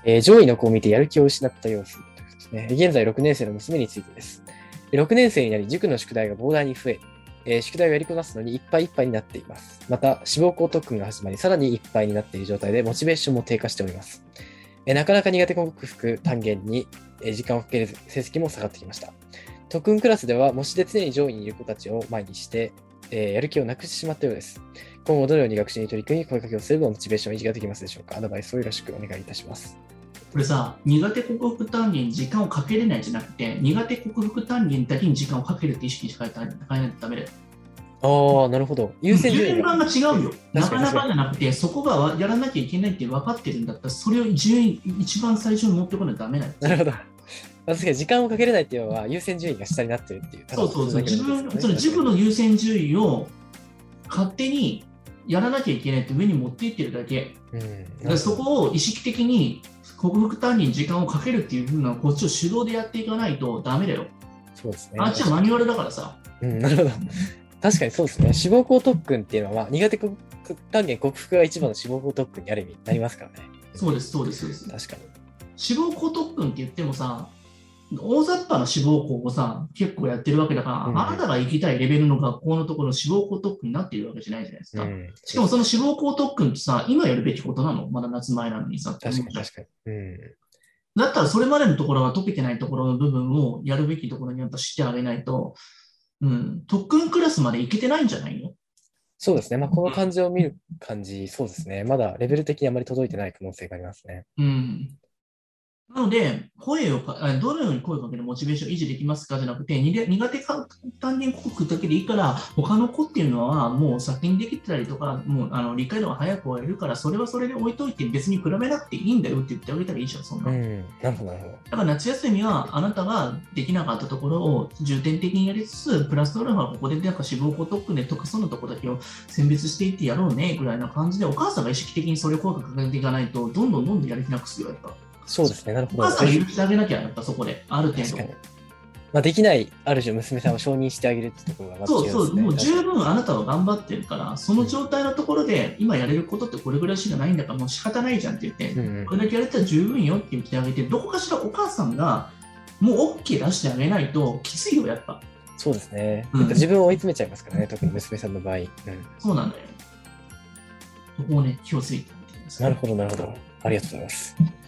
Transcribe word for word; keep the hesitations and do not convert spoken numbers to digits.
えー上位の子を見てやる気を失った様子ということですね。現在ろくねん生の娘についてです。ろくねん生になり、塾の宿題が膨大に増え、えー宿題をやりこなすのにいっぱいいっぱいになっています。また、志望校特訓が始まり、さらにいっぱいになっている状態で、モチベーションも低下しております。えーなかなか苦手克服単元に、えー時間をかける成績も下がってきました。特訓クラスでは、模試で常に上位にいる子たちを前にして、えーやる気をなくしてしまったようです。今後どのように学習に取り組み、声かけをすればモチベーションを維持ができますでしょうか。アドバイスをよろしくお願いいたします。 これさ、苦手克服単元に時間をかけれないじゃなくて、苦手克服単元だけに時間をかけるって意識に変えた変えないとダメだよ。 ああ、なるほど。優先順位が。 順番が違うよ。なかな確かに確かに。 かじゃなくて、そこがやらなきゃいけないって分かってるんだったら、それを順位、一番最初に持ってこないとダメなんですよ。 なるほど。確かに時間をかけれないっていうのは優先順位が下になってるっていう。ただそうそうそう。自分、そのそれだけのことですよね。 塾の優先順位を勝手にやらなきゃいけないって上に持っていってるだけ。 うん。 だからそこを意識的に克服単元に時間をかけるっていうふうな、こっちを主導でやっていかないとダメだよ。 そうですね。 あっちはマニュアルだからさ。 うん、なるほど。確かにそうですね。志望校特訓っていうのは、苦手克服単元克服が一番の志望校特訓にある意味なりますからね。 そうです、そうです、そうです。 確かに。 志望校特訓って言ってもさ、大雑把な志望校をさ、結構やってるわけだから、 うんあなたが行きたいレベルの学校のところの志望校特訓になっているわけじゃないじゃないですか。 うん。 しかもその志望校特訓ってさ、今やるべきことなのまだ夏前なのにさ、って思確うじゃん。 かに確かに。うだったらそれまでのところが解けてないところの部分をやるべきところにやっぱしてあげないと、うん、特訓クラスまで行けてないんじゃないの？ そうですね。まあ、この感じを見る感じ、そうですね。まだレベル的にあまり届いてない可能性がありますね。 うん。なので、声をか、あどのように声をかけるモチベーションを維持できますかじゃなくて、にで苦手か単元克服だけでいいから、他の子っていうのはもう先にできてたりとか、もうあの理解度が早く終えるから、それはそれで置いといて別に比べなくていいんだよって言ってあげたらいいじゃん、そんなの。 うん。なるほど、なるほど。 だから夏休みはあなたができなかったところを重点的にやりつつ、プラスアルファここでなんか志望校特訓でとかそのところだけを選別していってやろうねぐらいな感じで、お母さんが意識的にそれを声をかけていかないと、どんどんどんどんやる気なくすよ、やっぱ。 そうですね。なるほど。 お母さんが許してあげなきゃ、やっぱそこで、ある程度。 確かに。まあ、できない、ある種娘さんを承認してあげるってところがまずそうそう、 重要ですね。 もう十確かに。 分あなたは頑張ってるから、その状態のところで、今やれることってこれぐらいしかないんだから、もう仕方ないじゃんって言って、 うんうん。 これだけやれたら十分よって言ってあげて、どこかしらお母さんが、もう OK 出してあげないときついよ、やっぱ。 そうですね。 うん、 やっぱ自分を追い詰めちゃいますからね。特に娘さんの場合。うん。 そうなんだよ。そこをね、気をついてみてください。 なるほど、なるほど。ありがとうございます。